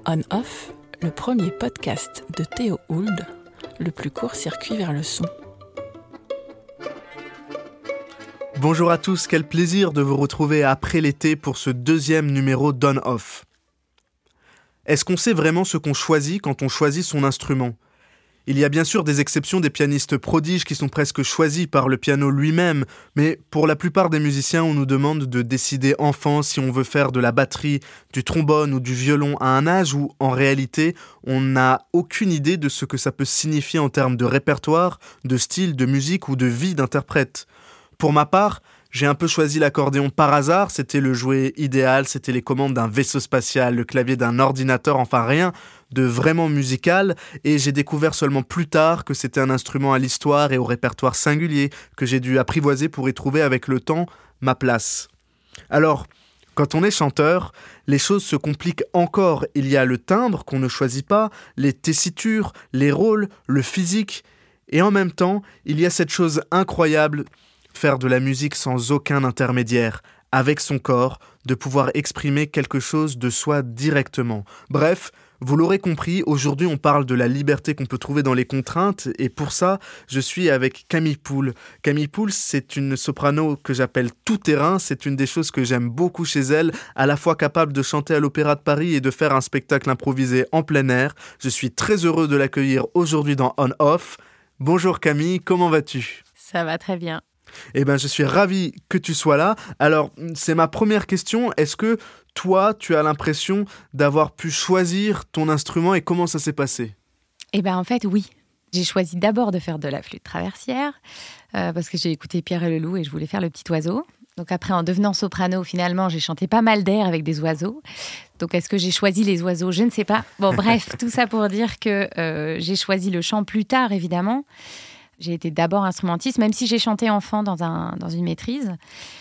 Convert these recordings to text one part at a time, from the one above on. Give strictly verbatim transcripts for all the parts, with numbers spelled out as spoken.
On-Off, le premier podcast de Théo Hould, le plus court circuit vers le son. Bonjour à tous, quel plaisir de vous retrouver après l'été pour ce deuxième numéro d'On-Off. Est-ce qu'on sait vraiment ce qu'on choisit quand on choisit son instrument ? Il y a bien sûr des exceptions des pianistes prodiges qui sont presque choisis par le piano lui-même, mais pour la plupart des musiciens, on nous demande de décider enfant si on veut faire de la batterie, du trombone ou du violon à un âge où, en réalité, on n'a aucune idée de ce que ça peut signifier en termes de répertoire, de style, de musique ou de vie d'interprète. Pour ma part, j'ai un peu choisi l'accordéon par hasard, c'était le jouet idéal, c'était les commandes d'un vaisseau spatial, le clavier d'un ordinateur, enfin rien de vraiment musical, et j'ai découvert seulement plus tard que c'était un instrument à l'histoire et au répertoire singulier que j'ai dû apprivoiser pour y trouver avec le temps ma place. Alors, quand on est chanteur, les choses se compliquent encore. Il y a le timbre qu'on ne choisit pas, les tessitures, les rôles, le physique, et en même temps, il y a cette chose incroyable, faire de la musique sans aucun intermédiaire, avec son corps, de pouvoir exprimer quelque chose de soi directement. Bref, vous l'aurez compris, aujourd'hui on parle de la liberté qu'on peut trouver dans les contraintes, et pour ça, je suis avec Camille Poul. Camille Poul, c'est une soprano que j'appelle tout-terrain, c'est une des choses que j'aime beaucoup chez elle, à la fois capable de chanter à l'Opéra de Paris et de faire un spectacle improvisé en plein air. Je suis très heureux de l'accueillir aujourd'hui dans On-Off. Bonjour Camille, comment vas-tu ? Ça va très bien. Eh bien, je suis ravi que tu sois là. Alors, c'est ma première question. Est-ce que toi, tu as l'impression d'avoir pu choisir ton instrument et comment ça s'est passé ? Eh bien, en fait, oui. J'ai choisi d'abord de faire de la flûte traversière euh, parce que j'ai écouté Pierre et le Loup et je voulais faire le petit oiseau. Donc après, en devenant soprano, finalement, j'ai chanté pas mal d'air avec des oiseaux. Donc, est-ce que j'ai choisi les oiseaux ? Je ne sais pas. Bon, bref, tout ça pour dire que euh, j'ai choisi le chant plus tard, évidemment. J'ai été d'abord instrumentiste, même si j'ai chanté enfant dans, un, dans une maîtrise.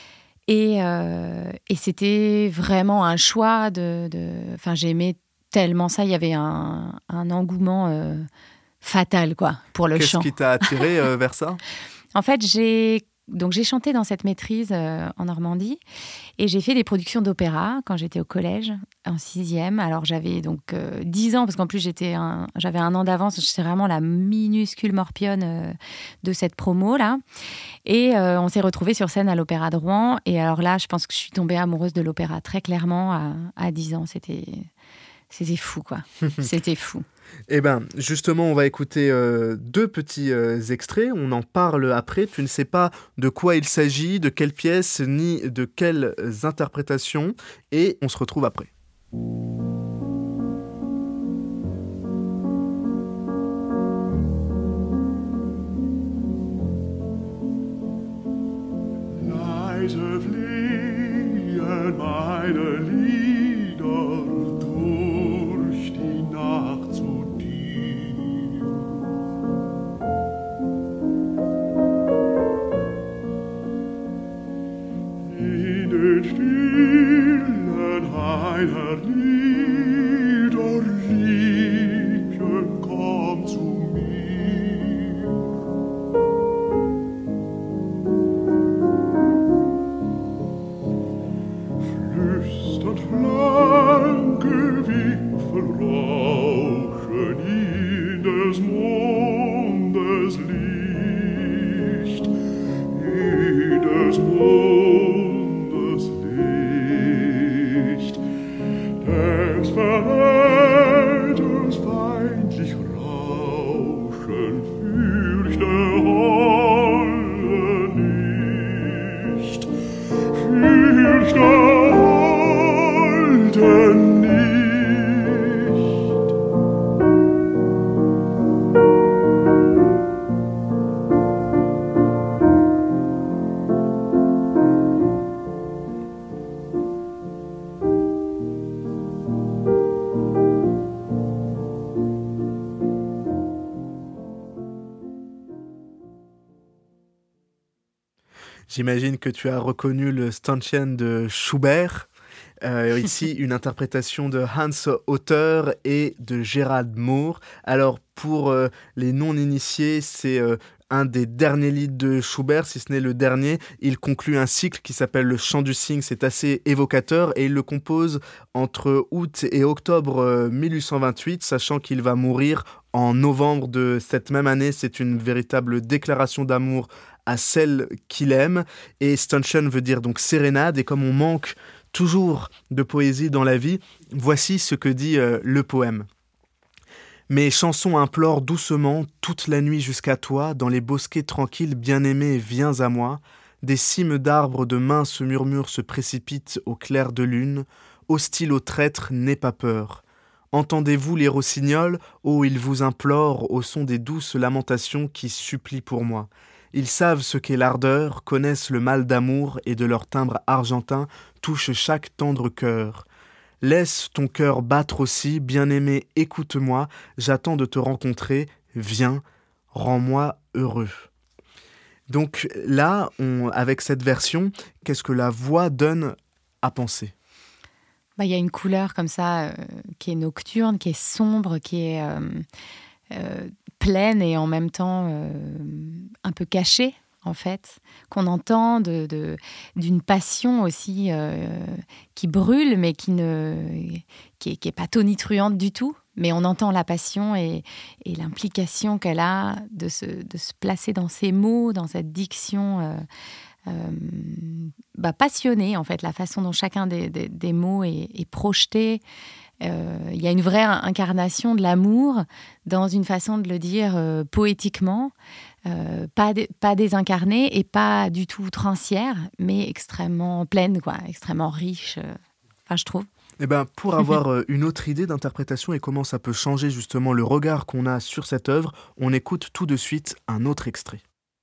Et, euh, et c'était vraiment un choix de... de... Enfin, j'aimais tellement ça. Il y avait un, un engouement euh, fatal, quoi, pour le Qu'est-ce chant. Qu'est-ce qui t'a attiré euh, vers ça ? En fait, j'ai... Donc, j'ai chanté dans cette maîtrise euh, en Normandie et j'ai fait des productions d'opéra quand j'étais au collège, en sixième. Alors, j'avais donc euh, dix ans, parce qu'en plus, j'étais un, j'avais un an d'avance. J'étais vraiment la minuscule morpionne euh, de cette promo-là. Et euh, on s'est retrouvés sur scène à l'Opéra de Rouen. Et alors là, je pense que je suis tombée amoureuse de l'opéra très clairement à, à dix ans. C'était, c'était fou, quoi. C'était fou. Eh bien, justement, on va écouter euh, deux petits euh, extraits. On en parle après. Tu ne sais pas de quoi il s'agit, de quelle pièce, ni de quelles interprétations. Et on se retrouve après. Leise fliehen meine Lieder durch die Nacht zu dir. In den stillen heiner Lieder, Liebchen, komm zu mir. Flüsternd blanke Wipfel rauschen in des Mondes Licht, in des Mondes Licht, des Verräters feindlich Rauschen fürchte alle nicht, fürchte alle nicht. J'imagine que tu as reconnu le Ständchen de Schubert. Euh, ici, une interprétation de Hans Hotter et de Gerald Moore. Alors, pour euh, les non-initiés, c'est euh, un des derniers lieds de Schubert, si ce n'est le dernier. Il conclut un cycle qui s'appelle le Chant du Cygne, c'est assez évocateur, et il le compose entre août et octobre mille huit cent vingt-huit, sachant qu'il va mourir en novembre de cette même année. C'est une véritable déclaration d'amour à celle qu'il aime, et Stanchen veut dire donc sérénade, et comme on manque toujours de poésie dans la vie, voici ce que dit euh, le poème. Mes chansons implorent doucement toute la nuit jusqu'à toi, dans les bosquets tranquilles, bien-aimé, viens à moi. Des cimes d'arbres de minces murmures se précipitent au clair de lune. Hostile au traître, n'aie pas peur. Entendez-vous les rossignols? Oh, ils vous implorent au son des douces lamentations qui supplient pour moi. Ils savent ce qu'est l'ardeur, connaissent le mal d'amour et de leur timbre argentin touche chaque tendre cœur. Laisse ton cœur battre aussi, bien-aimé, écoute-moi, j'attends de te rencontrer, viens, rends-moi heureux. Donc là, on, avec cette version, qu'est-ce que la voix donne à penser ? Bah, y a une couleur comme ça euh, qui est nocturne, qui est sombre, qui est euh, euh, pleine et en même temps euh, un peu cachée, en fait, qu'on entend de, de, d'une passion aussi euh, qui brûle, mais qui ne qui est, qui est pas tonitruante du tout. Mais on entend la passion et, et l'implication qu'elle a de se, de se placer dans ces mots, dans cette diction euh, euh, bah, passionnée, en fait, la façon dont chacun des, des, des mots est, est projeté. Euh, il y a une vraie incarnation de l'amour dans une façon de le dire euh, poétiquement, euh, pas, dé, pas désincarnée et pas du tout outrancière, mais extrêmement pleine, quoi, extrêmement riche, euh, enfin, je trouve. Eh ben, pour avoir euh, une autre idée d'interprétation et comment ça peut changer justement le regard qu'on a sur cette œuvre, on écoute tout de suite un autre extrait.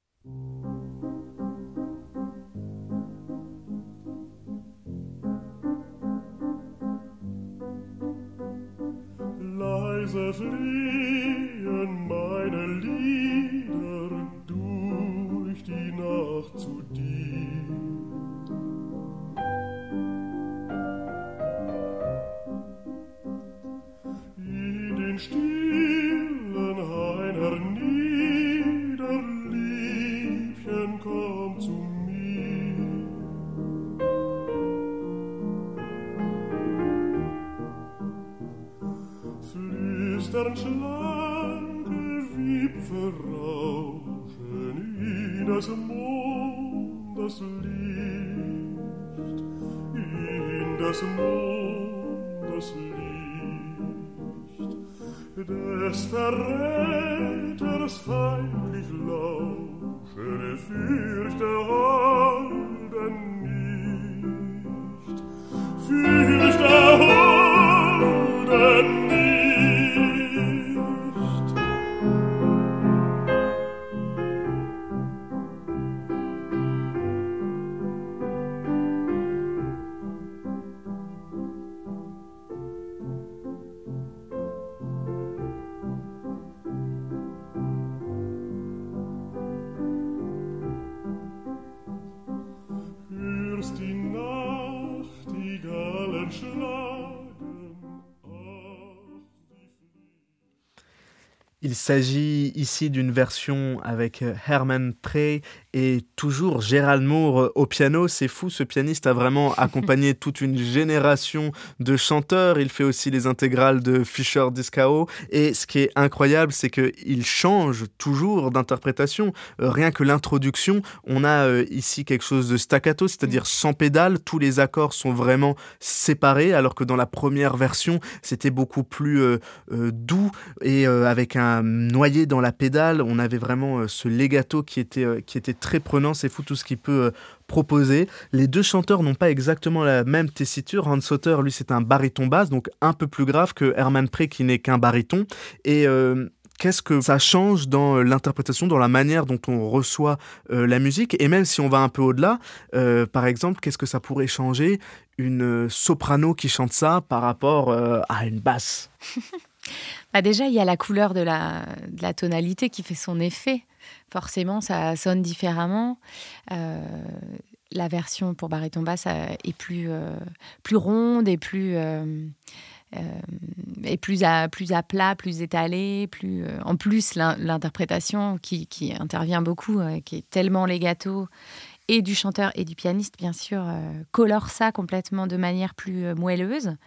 Leise fliehen meine Lieder durch die Nacht zu dir. In den stillen Hain hernieder, Liebchen, komm zu mir. Flüstern schlanke Wipfel rauschen in des Mondes Licht, in des Mondes Licht, des Verräters feindlich lauschen, fürchte Holden nicht, fürchte Holden nicht. Hörst die Nachtigallen schlagen, ach, wie Il s'agit ici d'une version avec Herman Prey et toujours Gérald Moore au piano. C'est fou, ce pianiste a vraiment accompagné toute une génération de chanteurs. Il fait aussi les intégrales de Fischer-Dieskau. Et ce qui est incroyable, c'est qu'il change toujours d'interprétation. Euh, rien que l'introduction, on a euh, ici quelque chose de staccato, c'est-à-dire sans pédale. Tous les accords sont vraiment séparés, alors que dans la première version, c'était beaucoup plus euh, euh, doux et euh, avec un noyé dans la pédale. On avait vraiment euh, ce legato qui était, euh, qui était très prenant. C'est fou tout ce qu'il peut euh, proposer. Les deux chanteurs n'ont pas exactement la même tessiture. Hans Sauter, lui, c'est un baryton basse, donc un peu plus grave que Herman Prey qui n'est qu'un baryton. Et euh, qu'est-ce que ça change dans l'interprétation, dans la manière dont on reçoit euh, la musique? Et même si on va un peu au-delà, euh, par exemple, qu'est-ce que ça pourrait changer une soprano qui chante ça par rapport euh, à une basse? Bah déjà, il y a la couleur de la, de la tonalité qui fait son effet. Forcément, ça sonne différemment. Euh, la version pour baryton basse est plus, euh, plus ronde et plus, euh, euh, est plus à, plus à plat, plus étalée. Plus, euh, en plus, l'in- l'interprétation qui, qui intervient beaucoup, euh, qui est tellement legato, et du chanteur et du pianiste, bien sûr, euh, colore ça complètement de manière plus euh, moelleuse.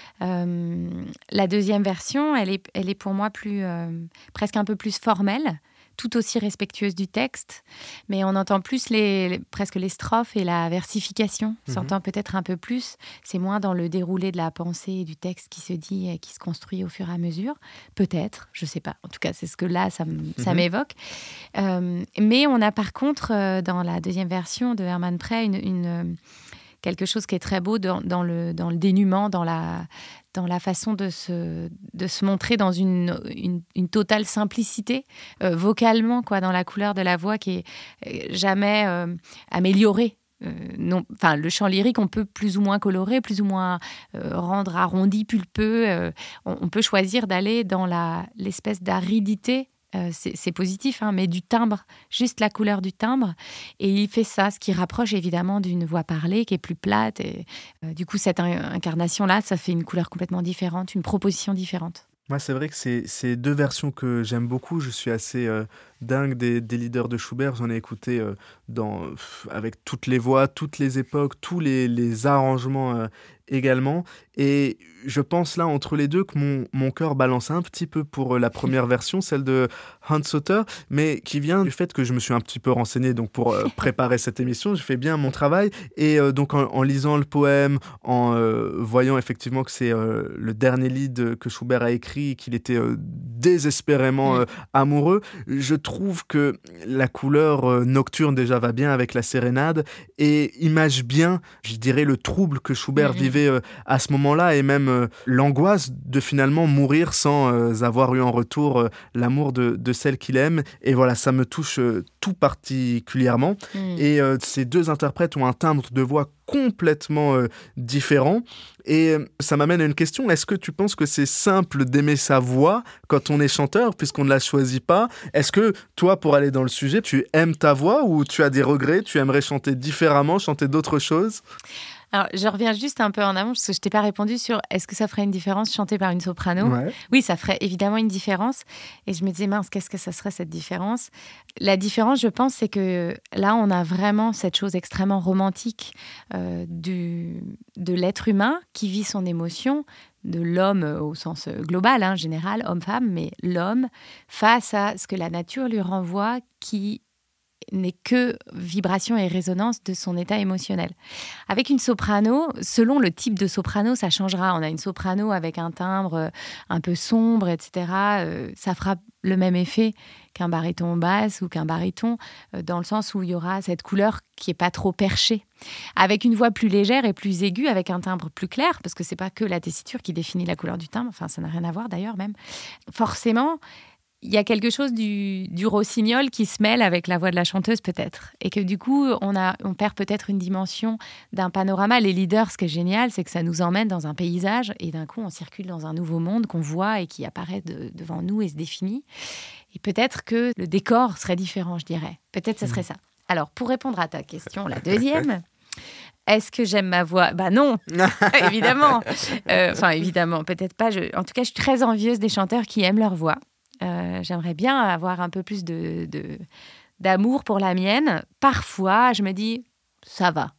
Euh, la deuxième version, elle est, elle est pour moi plus, euh, presque un peu plus formelle, tout aussi respectueuse du texte, mais on entend plus les, les, presque les strophes et la versification, Mhm. s'entend peut-être un peu plus. C'est moins dans le déroulé de la pensée et du texte qui se dit et qui se construit au fur et à mesure. Peut-être, je ne sais pas. En tout cas, c'est ce que là, ça, m- ça Mhm. m'évoque. Euh, mais on a par contre, euh, dans la deuxième version de Hermann Prey, une... une euh, quelque chose qui est très beau dans, dans, le, dans le dénuement, dans la, dans la façon de se, de se montrer dans une, une, une totale simplicité, euh, vocalement, quoi, dans la couleur de la voix qui est euh, jamais euh, améliorée. Euh, non, enfin, le chant lyrique, on peut plus ou moins colorer, plus ou moins euh, rendre arrondi, pulpeux. Euh, on, on peut choisir d'aller dans la, l'espèce d'aridité. Euh, c'est, c'est positif, hein, mais du timbre, juste la couleur du timbre. Et il fait ça, ce qui rapproche évidemment d'une voix parlée qui est plus plate. Et euh, du coup, cette in- incarnation-là, ça fait une couleur complètement différente, une proposition différente. Moi, c'est vrai que c'est, c'est deux versions que j'aime beaucoup. Je suis assez euh, dingue des, des leaders de Schubert. J'en ai écouté euh, dans, pff, avec toutes les voix, toutes les époques, tous les, les arrangements euh, également. Et je pense là, entre les deux, que mon, mon cœur balance un petit peu pour euh, la première version, celle de Hans Sauter, mais qui vient du fait que je me suis un petit peu renseigné donc, pour euh, préparer cette émission. J'ai fait bien mon travail. Et euh, donc, en, en lisant le poème, en euh, voyant effectivement que c'est euh, le dernier lied que Schubert a écrit, qu'il était euh, désespérément euh, amoureux, je trouve que la couleur euh, nocturne déjà va bien avec la sérénade et image bien, je dirais, le trouble que Schubert Mhm. vivait euh, à ce moment-là et même euh, l'angoisse de finalement mourir sans euh, avoir eu en retour euh, l'amour de, de celle qu'il aime. Et voilà, ça me touche euh, tout particulièrement. Mm. Et euh, ces deux interprètes ont un timbre de voix complètement euh, différent. Et euh, ça m'amène à une question. Est-ce que tu penses que c'est simple d'aimer sa voix quand on est chanteur, puisqu'on ne la choisit pas? Est-ce que toi, pour aller dans le sujet, tu aimes ta voix ou tu as des regrets? Tu aimerais chanter différemment, chanter d'autres choses? Alors, je reviens juste un peu en amont, parce que je t'ai pas répondu sur est-ce que ça ferait une différence chanter par une soprano? Ouais. Oui, ça ferait évidemment une différence. Et je me disais, mince, qu'est-ce que ça serait cette différence? La différence, je pense, c'est que là, on a vraiment cette chose extrêmement romantique euh, du, de l'être humain qui vit son émotion, de l'homme au sens global, hein, général, homme-femme, mais l'homme face à ce que la nature lui renvoie qui n'est que vibration et résonance de son état émotionnel. Avec une soprano, selon le type de soprano, ça changera. On a une soprano avec un timbre un peu sombre, et cetera. Euh, ça fera le même effet qu'un baryton basse ou qu'un baryton, euh, dans le sens où il y aura cette couleur qui n'est pas trop perchée. Avec une voix plus légère et plus aiguë, avec un timbre plus clair, parce que ce n'est pas que la tessiture qui définit la couleur du timbre, enfin ça n'a rien à voir d'ailleurs même, forcément, il y a quelque chose du, du rossignol qui se mêle avec la voix de la chanteuse peut-être. Et que du coup, on, a, on perd peut-être une dimension d'un panorama. Les leaders, ce qui est génial, c'est que ça nous emmène dans un paysage et d'un coup, on circule dans un nouveau monde qu'on voit et qui apparaît de, devant nous et se définit. Et peut-être que le décor serait différent, je dirais. Peut-être que ce serait ça. Alors, pour répondre à ta question, la deuxième... Est-ce que j'aime ma voix? Bah non, évidemment. Euh, enfin, évidemment, peut-être pas. Je... En tout cas, je suis très envieuse des chanteurs qui aiment leur voix. Euh, j'aimerais bien avoir un peu plus de, de, d'amour pour la mienne. Parfois, je me dis, ça va.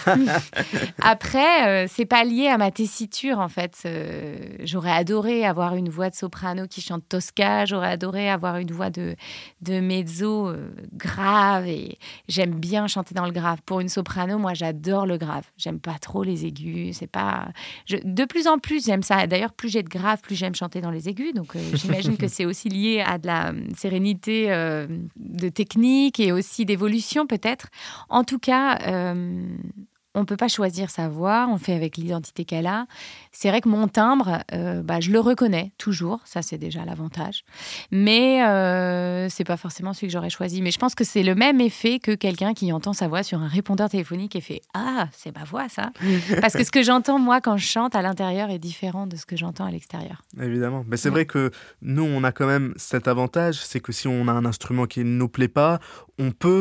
Après, euh, c'est pas lié à ma tessiture, en fait. Euh, j'aurais adoré avoir une voix de soprano qui chante Tosca. J'aurais adoré avoir une voix de, de mezzo euh, grave. Et j'aime bien chanter dans le grave. Pour une soprano, moi, j'adore le grave. J'aime pas trop les aigus. C'est pas... Je... De plus en plus, j'aime ça. D'ailleurs, plus j'ai de grave, plus j'aime chanter dans les aigus. Donc, euh, j'imagine que c'est aussi lié à de la sérénité euh, de technique et aussi d'évolution, peut-être. En tout cas... Euh, Euh, on ne peut pas choisir sa voix, on fait avec l'identité qu'elle a. C'est vrai que mon timbre, euh, bah, je le reconnais toujours, ça c'est déjà l'avantage. Mais euh, ce n'est pas forcément celui que j'aurais choisi. Mais je pense que c'est le même effet que quelqu'un qui entend sa voix sur un répondeur téléphonique et fait « Ah, c'est ma voix ça !» Parce que ce que j'entends moi quand je chante à l'intérieur est différent de ce que j'entends à l'extérieur. Évidemment. Mais c'est Ouais. vrai que nous, on a quand même cet avantage, c'est que si on a un instrument qui ne nous plaît pas, on peut...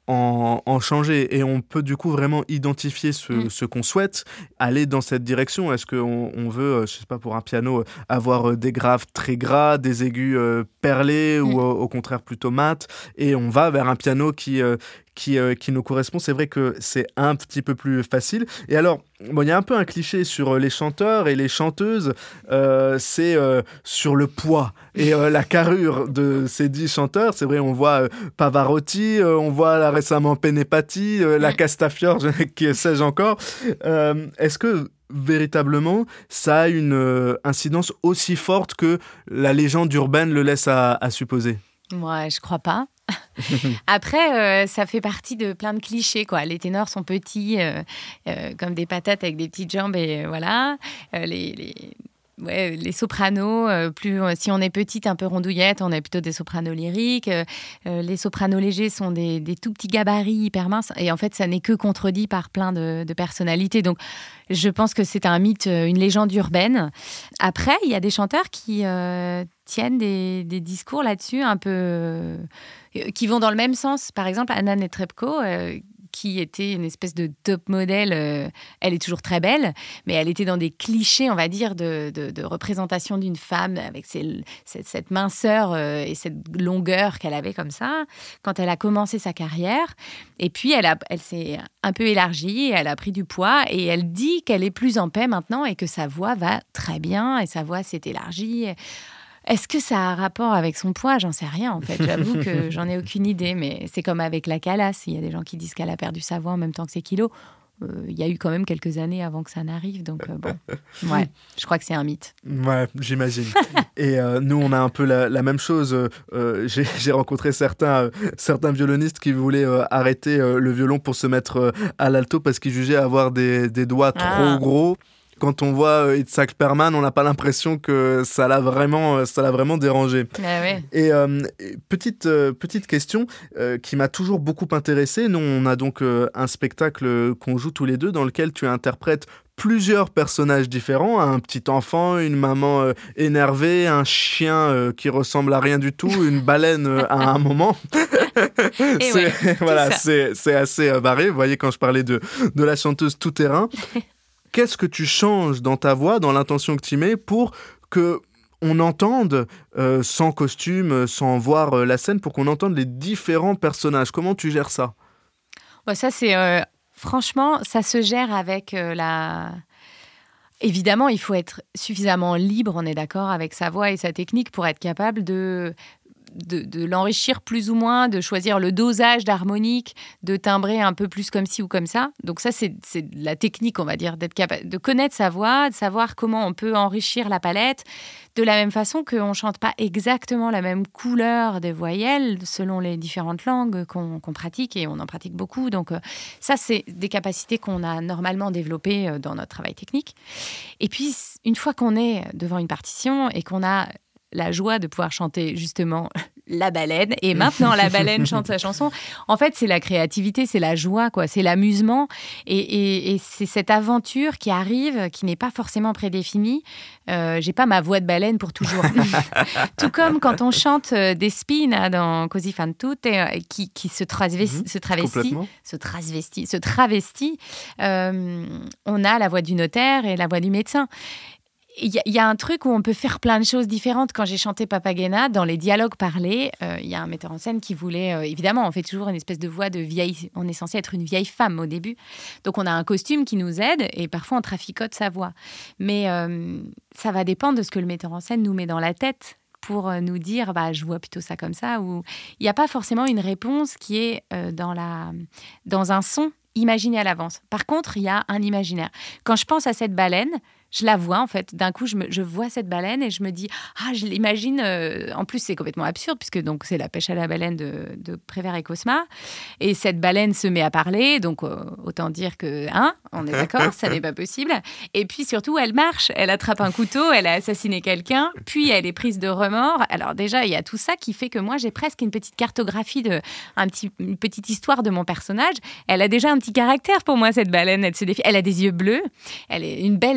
en, en changer. Et on peut du coup vraiment identifier ce, Mm. ce qu'on souhaite, aller dans cette direction. Est-ce qu'on on veut, je sais pas, pour un piano, avoir des graves très gras, des aigus euh, perlés Mm. ou au, au contraire plutôt mat, et on va vers un piano qui... Euh, Qui, euh, qui nous correspond. C'est vrai que c'est un petit peu plus facile. Et alors, bon, il y a un peu un cliché sur les chanteurs et les chanteuses, euh, c'est euh, sur le poids et euh, la carrure de ces dix chanteurs. C'est vrai, on voit euh, Pavarotti, euh, on voit là, récemment Penepati, euh, la Castafiore, qui sais-je encore. Euh, est-ce que véritablement, ça a une euh, incidence aussi forte que la légende urbaine le laisse à, à supposer? Moi, je crois pas. Après, euh, ça fait partie de plein de clichés, quoi. Les ténors sont petits, euh, euh, comme des patates avec des petites jambes, et euh, voilà. Euh, les, les, ouais, les sopranos, euh, plus, euh, si on est petite, un peu rondouillette, on est plutôt des sopranos lyriques. Euh, euh, les sopranos légers sont des, des tout petits gabarits hyper minces. Et en fait, ça n'est que contredit par plein de, de personnalités. Donc, je pense que c'est un mythe, une légende urbaine. Après, il y a des chanteurs qui euh, tiennent des, des discours là-dessus un peu... Euh, qui vont dans le même sens. Par exemple, Anna Netrebko, euh, qui était une espèce de top modèle, euh, elle est toujours très belle, mais elle était dans des clichés, on va dire, de, de, de représentation d'une femme avec ses, cette, cette minceur euh, et cette longueur qu'elle avait comme ça, quand elle a commencé sa carrière. Et puis, elle, a, elle s'est un peu élargie, elle a pris du poids, et elle dit qu'elle est plus en paix maintenant et que sa voix va très bien, et sa voix s'est élargie. Est-ce que ça a un rapport avec son poids ? J'en sais rien, en fait. J'avoue que j'en ai aucune idée, mais c'est comme avec la Calas. Il y a des gens qui disent qu'elle a perdu sa voix en même temps que ses kilos. Euh, il y a eu quand même quelques années avant que ça n'arrive, donc euh, bon. Ouais, je crois que c'est un mythe. Ouais, j'imagine. Et euh, nous, on a un peu la, la même chose. Euh, j'ai, j'ai rencontré certains, euh, certains violonistes qui voulaient euh, arrêter euh, le violon pour se mettre euh, à l'alto parce qu'ils jugeaient avoir des, des doigts trop Ah. gros. Quand on voit euh, Itzhak Perlman, on n'a pas l'impression que ça l'a vraiment, ça l'a vraiment dérangé. Ah ouais. Et euh, petite, euh, petite question euh, qui m'a toujours beaucoup intéressé. Nous, on a donc euh, un spectacle qu'on joue tous les deux dans lequel tu interprètes plusieurs personnages différents. Un petit enfant, une maman euh, énervée, un chien euh, qui ressemble à rien du tout, une baleine euh, à un moment. Et c'est, ouais, voilà, ça. c'est, c'est assez euh, barré. Vous voyez, quand je parlais de, de la chanteuse tout-terrain, qu'est-ce que tu changes dans ta voix, dans l'intention que tu mets pour que on entende, euh, sans costume, sans voir euh, la scène, pour qu'on entende les différents personnages? Comment tu gères ça? Bon, ça, c'est... Euh, franchement, ça se gère avec euh, la... Évidemment, il faut être suffisamment libre, on est d'accord, avec sa voix et sa technique pour être capable de... De, de l'enrichir plus ou moins, de choisir le dosage d'harmonique, de timbrer un peu plus comme ci ou comme ça. Donc ça, c'est, c'est la technique, on va dire, d'être capable de connaître sa voix, de savoir comment on peut enrichir la palette, de la même façon qu'on ne chante pas exactement la même couleur des voyelles selon les différentes langues qu'on, qu'on pratique, et on en pratique beaucoup. Donc euh, ça, c'est des capacités qu'on a normalement développées euh, dans notre travail technique. Et puis, une fois qu'on est devant une partition et qu'on a la joie de pouvoir chanter justement la baleine, et maintenant la baleine chante sa chanson. En fait, c'est la créativité, c'est la joie, quoi, c'est l'amusement, et, et, et c'est cette aventure qui arrive, qui n'est pas forcément prédéfinie. Euh, j'ai pas ma voix de baleine pour toujours. Tout comme quand on chante euh, des spin dans Così fan tutte, euh, qui, qui se, travesti, Mmh, se travestit, complètement. se travestit, se travestit. Euh, on a la voix du notaire et la voix du médecin. Il y, y a un truc où on peut faire plein de choses différentes. Quand j'ai chanté Papagena, dans les dialogues parlés, il euh, y a un metteur en scène qui voulait... Euh, évidemment, on fait toujours une espèce de voix de vieille... On est censé être une vieille femme au début. Donc, on a un costume qui nous aide et parfois, on traficote sa voix. Mais euh, ça va dépendre de ce que le metteur en scène nous met dans la tête pour nous dire bah, « je vois plutôt ça comme ça ». Ou il n'y a pas forcément une réponse qui est euh, dans, la... dans un son imaginé à l'avance. Par contre, il y a un imaginaire. Quand je pense à cette baleine... Je la vois, en fait. D'un coup, je, me, je vois cette baleine et je me dis, ah, je l'imagine. Euh, en plus, c'est complètement absurde, puisque donc, c'est la pêche à la baleine de, de Prévert et Cosma. Et cette baleine se met à parler, donc euh, autant dire que, hein, on est d'accord, ça n'est pas possible. Et puis, surtout, elle marche. Elle attrape un couteau, elle a assassiné quelqu'un, puis elle est prise de remords. Alors, déjà, il y a tout ça qui fait que moi, j'ai presque une petite cartographie, de, un petit, une petite histoire de mon personnage. Elle a déjà un petit caractère pour moi, cette baleine. Elle se défie. Elle a des yeux bleus. Elle est une belle baleine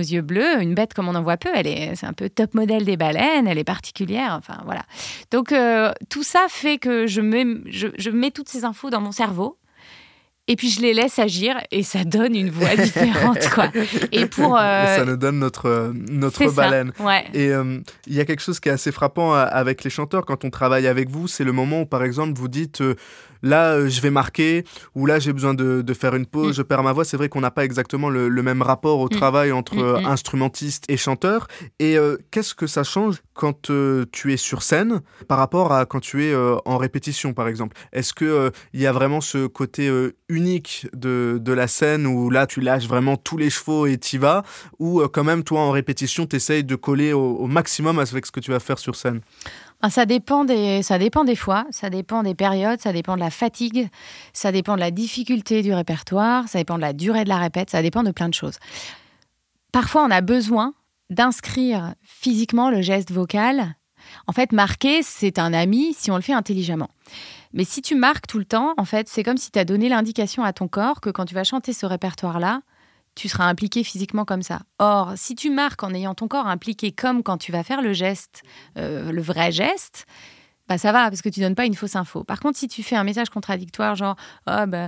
yeux bleus, une bête comme on en voit peu. Elle est, c'est un peu top modèle des baleines, elle est particulière, enfin voilà. Donc euh, tout ça fait que je mets, je, je mets toutes ces infos dans mon cerveau. Et puis je les laisse agir et ça donne une voix différente, quoi. Et pour euh... et ça nous donne notre notre c'est baleine. Ça, ouais. Et il euh, y a quelque chose qui est assez frappant avec les chanteurs quand on travaille avec vous, c'est le moment où par exemple vous dites euh, là euh, je vais marquer ou là j'ai besoin de, de faire une pause, mm. je perds ma voix. C'est vrai qu'on n'a pas exactement le, le même rapport au mm. travail entre mm. euh, instrumentiste et chanteur. Et euh, qu'est-ce que ça change quand euh, tu es sur scène par rapport à quand tu es euh, en répétition par exemple? Est-ce que euh, il y a vraiment ce côté euh, unique de, de la scène où là tu lâches vraiment tous les chevaux et t'y vas, ou euh, quand même toi en répétition t'essayes de coller au, au maximum avec ce que tu vas faire sur scène? Ça dépend, des, ça dépend des fois, ça dépend des périodes, ça dépend de la fatigue, ça dépend de la difficulté du répertoire, ça dépend de la durée de la répète, ça dépend de plein de choses. Parfois on a besoin d'inscrire physiquement le geste vocal. En fait, marquer, c'est un ami si on le fait intelligemment. Mais si tu marques tout le temps, en fait, c'est comme si tu as donné l'indication à ton corps que quand tu vas chanter ce répertoire-là, tu seras impliqué physiquement comme ça. Or, si tu marques en ayant ton corps impliqué comme quand tu vas faire le geste, euh, le vrai geste, bah ça va, parce que tu donnes pas une fausse info. Par contre, si tu fais un message contradictoire, genre « oh bah,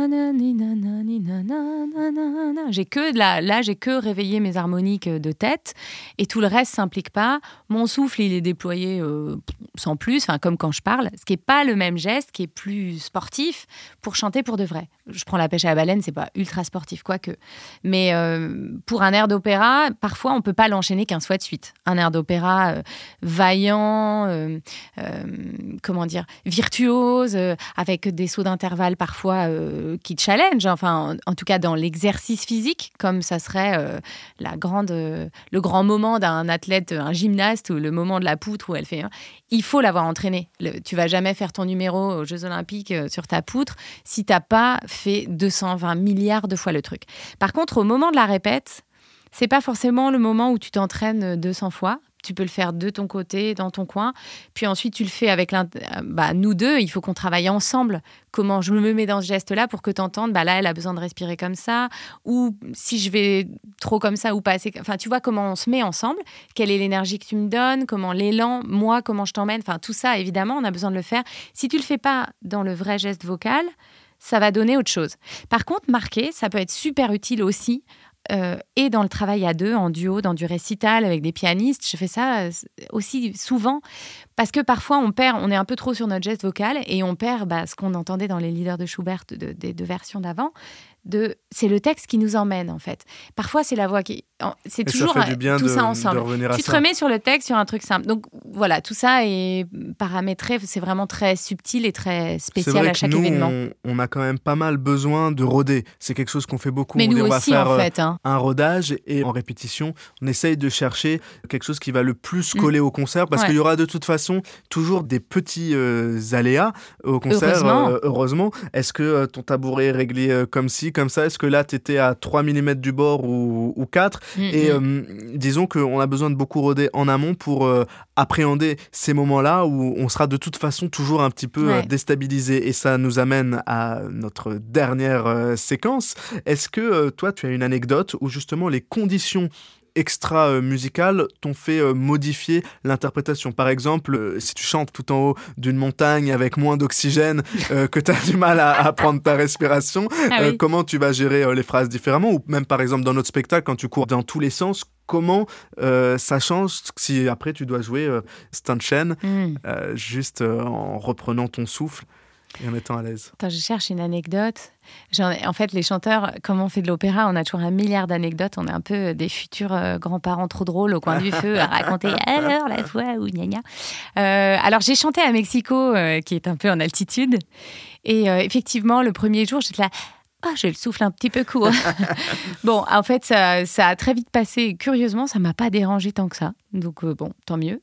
j'ai que de la, là, j'ai que réveillé mes harmoniques de tête, et tout le reste s'implique pas. Mon souffle, il est déployé euh, sans plus, enfin comme quand je parle, ce qui est pas le même geste, qui est plus sportif pour chanter pour de vrai. Je prends la pêche à la baleine, c'est pas ultra sportif, quoique. Mais euh, pour un air d'opéra, parfois, on peut pas l'enchaîner quinze fois de suite. Un air d'opéra euh, vaillant, euh, euh, comment dire, virtuose, euh, avec des sauts d'intervalle parfois euh, qui challenge, enfin, en, en tout cas dans l'exercice physique, comme ça serait euh, la grande, euh, le grand moment d'un athlète, un gymnaste, ou le moment de la poutre où elle fait... Hein, il faut l'avoir entraîné. Le, tu vas jamais faire ton numéro aux Jeux Olympiques euh, sur ta poutre si t'as pas fait deux cent vingt milliards de fois le truc. Par contre, au moment de la répète, c'est pas forcément le moment où tu t'entraînes deux cents fois. Tu peux le faire de ton côté, dans ton coin. Puis ensuite, tu le fais avec l'int... bah, nous deux. Il faut qu'on travaille ensemble. Comment je me mets dans ce geste-là pour que tu entendes, bah là, elle a besoin de respirer comme ça. Ou si je vais trop comme ça ou pas assez... Enfin, tu vois comment on se met ensemble. Quelle est l'énergie que tu me donnes? Comment l'élan, moi, comment je t'emmène? Enfin, tout ça, évidemment, on a besoin de le faire. Si tu le fais pas dans le vrai geste vocal, ça va donner autre chose. Par contre, marquer, ça peut être super utile aussi. Euh, et dans le travail à deux, en duo, dans du récital avec des pianistes, je fais ça aussi souvent parce que parfois on perd, on est un peu trop sur notre geste vocal et on perd bah, ce qu'on entendait dans les leaders de Schubert des de, de, de versions d'avant. De, c'est le texte qui nous emmène en fait. Parfois c'est la voix qui, c'est et toujours ça fait du bien tout de, ça ensemble. De tu te ça. remets sur le texte sur un truc simple. Donc voilà, tout ça est paramétré. C'est vraiment très subtil et très spécial à chaque nous, événement. On, on a quand même pas mal besoin de roder. C'est quelque chose qu'on fait beaucoup. Mais on nous dit, on aussi va faire en fait. Hein. un rodage et en répétition, on essaye de chercher quelque chose qui va le plus coller mmh. au concert parce ouais. qu'il y aura de toute façon toujours des petits euh, aléas au concert. Heureusement. Euh, heureusement. Est-ce que euh, ton tabouret est réglé euh, comme ci, comme ça? Est-ce que là, tu étais à trois millimètres du bord ou, ou quatre? Mmh, et euh, disons qu'on a besoin de beaucoup roder en amont pour euh, appréhender ces moments-là où on sera de toute façon toujours un petit peu ouais. euh, déstabilisé. Et ça nous amène à notre dernière euh, séquence. Est-ce que euh, toi, tu as une anecdote où justement les conditions extra-musicales t'ont fait euh, modifier l'interprétation? Par exemple, euh, si tu chantes tout en haut d'une montagne avec moins d'oxygène, euh, que tu as du mal à, à prendre ta respiration, ah euh, oui. comment tu vas gérer euh, les phrases différemment? Ou même par exemple dans notre spectacle, quand tu cours dans tous les sens, comment euh, ça change si après tu dois jouer euh, Stanchen mm. euh, juste euh, en reprenant ton souffle et en étant à l'aise? Attends, je cherche une anecdote. J'en ai, en fait, les chanteurs, comme on fait de l'opéra, on a toujours un milliard d'anecdotes. On est un peu des futurs euh, grands-parents trop drôles au coin du feu à raconter alors la fois ou gna gna. Euh, alors, j'ai chanté à Mexico, euh, qui est un peu en altitude. Et euh, effectivement, le premier jour, j'étais là... Ah, j'ai le souffle un petit peu court. Bon, en fait, ça, ça a très vite passé. Curieusement, ça ne m'a pas dérangé tant que ça. Donc, euh, bon, tant mieux.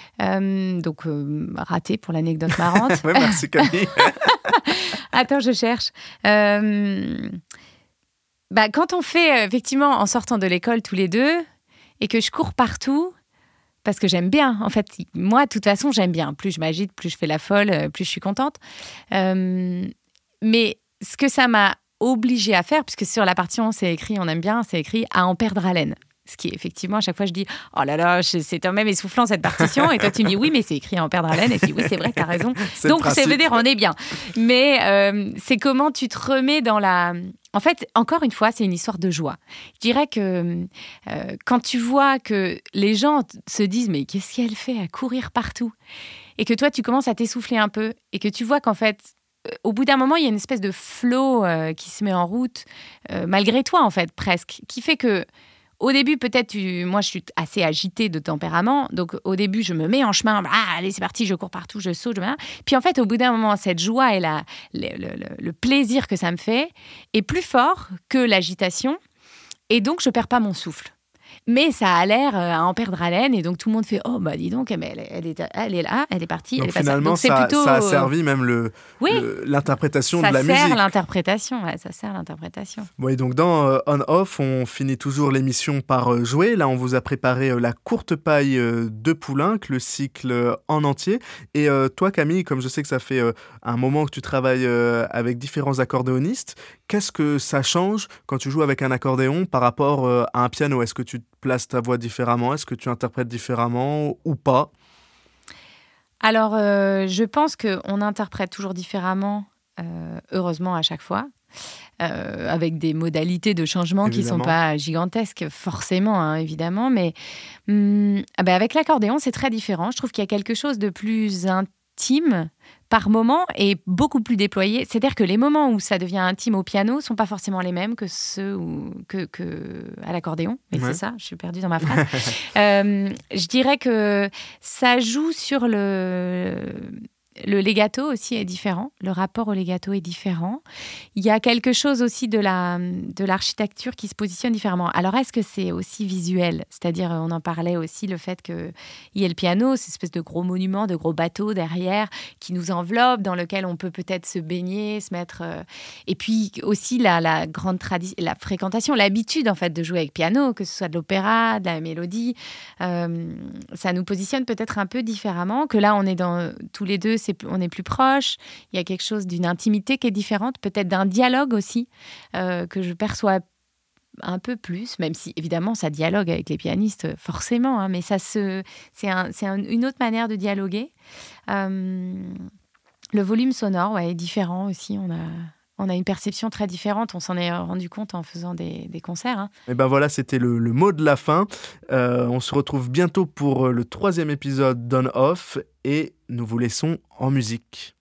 Euh, donc, euh, raté pour l'anecdote marrante. Oui, merci Camille. Attends, je cherche. Euh, bah, quand on fait, effectivement, en sortant de l'école tous les deux, et que je cours partout, parce que j'aime bien. En fait, moi, de toute façon, j'aime bien. Plus je m'agite, plus je fais la folle, plus je suis contente. Euh, mais ce que ça m'a obligée à faire, puisque sur la partie on c'est écrit, on aime bien, c'est écrit à en perdre haleine. Ce qui est effectivement, à chaque fois, je dis « Oh là là, c'est quand même essoufflant cette partition ». Et toi, tu me dis « Oui, mais c'est écrit en perdre haleine ». Et je dis « Oui, c'est vrai, t'as raison ». Donc, ça veut dire on est bien. Mais euh, c'est comment tu te remets dans la... En fait, encore une fois, c'est une histoire de joie. Je dirais que euh, quand tu vois que les gens se disent « Mais qu'est-ce qu'elle fait à courir partout ?» Et que toi, tu commences à t'essouffler un peu et que tu vois qu'en fait, euh, au bout d'un moment, il y a une espèce de flow euh, qui se met en route, euh, malgré toi, en fait, presque, qui fait que au début, peut-être, tu... moi, je suis assez agitée de tempérament. Donc, au début, je me mets en chemin. Ah, allez, c'est parti, je cours partout, je saute. Je... Puis, en fait, au bout d'un moment, cette joie et la... le, le, le plaisir que ça me fait est plus fort que l'agitation. Et donc, je ne perds pas mon souffle. Mais ça a l'air à en perdre haleine. Et donc, tout le monde fait « Oh, bah dis donc, mais elle, elle, est, elle est là, elle est partie. Donc, elle est finalement, donc, c'est ça, plutôt... ça a servi même le, oui, le, l'interprétation de la ça musique. sert l'interprétation, ouais, ça sert l'interprétation. Oui, donc dans euh, On-Off, on finit toujours l'émission par euh, jouer. Là, on vous a préparé euh, la courte paille euh, de Poulenc, le cycle euh, en entier. Et euh, toi, Camille, comme je sais que ça fait euh, un moment que tu travailles euh, avec différents accordéonistes, qu'est-ce que ça change quand tu joues avec un accordéon par rapport euh, à un piano ? Est-ce que tu places ta voix différemment ? Est-ce que tu interprètes différemment ou pas ? Alors, euh, je pense qu'on interprète toujours différemment, euh, heureusement à chaque fois, euh, avec des modalités de changement évidemment. Qui ne sont pas gigantesques, forcément, hein, évidemment. Mais hum, ah ben avec l'accordéon, c'est très différent. Je trouve qu'il y a quelque chose de plus intime par moment et beaucoup plus déployé. C'est-à-dire que les moments où ça devient intime au piano ne sont pas forcément les mêmes que ceux où, que, que à l'accordéon. Mais ouais. C'est ça, je suis perdue dans ma phrase. euh, je dirais que ça joue sur le... Le legato aussi est différent, le rapport au legato est différent. Il y a quelque chose aussi de, la, de l'architecture qui se positionne différemment. Alors, est-ce que c'est aussi visuel ? C'est-à-dire, on en parlait aussi, le fait qu'il y ait le piano, cette espèce de gros monument, de gros bateau derrière qui nous enveloppe, dans lequel on peut peut-être se baigner, se mettre... Euh... Et puis aussi la, la grande tradition, la fréquentation, l'habitude en fait de jouer avec piano, que ce soit de l'opéra, de la mélodie. Euh, ça nous positionne peut-être un peu différemment, que là, on est dans tous les deux, c'est on est plus proche, il y a quelque chose d'une intimité qui est différente, peut-être d'un dialogue aussi, euh, que je perçois un peu plus, même si évidemment ça dialogue avec les pianistes, forcément, hein, mais ça se, c'est, un, c'est un, une autre manière de dialoguer. Euh, le volume sonore ouais, est différent aussi, on a... On a une perception très différente, on s'en est rendu compte en faisant des, des concerts. Hein. Et ben voilà, c'était le, le mot de la fin. Euh, on se retrouve bientôt pour le troisième épisode d'On-Off et nous vous laissons en musique.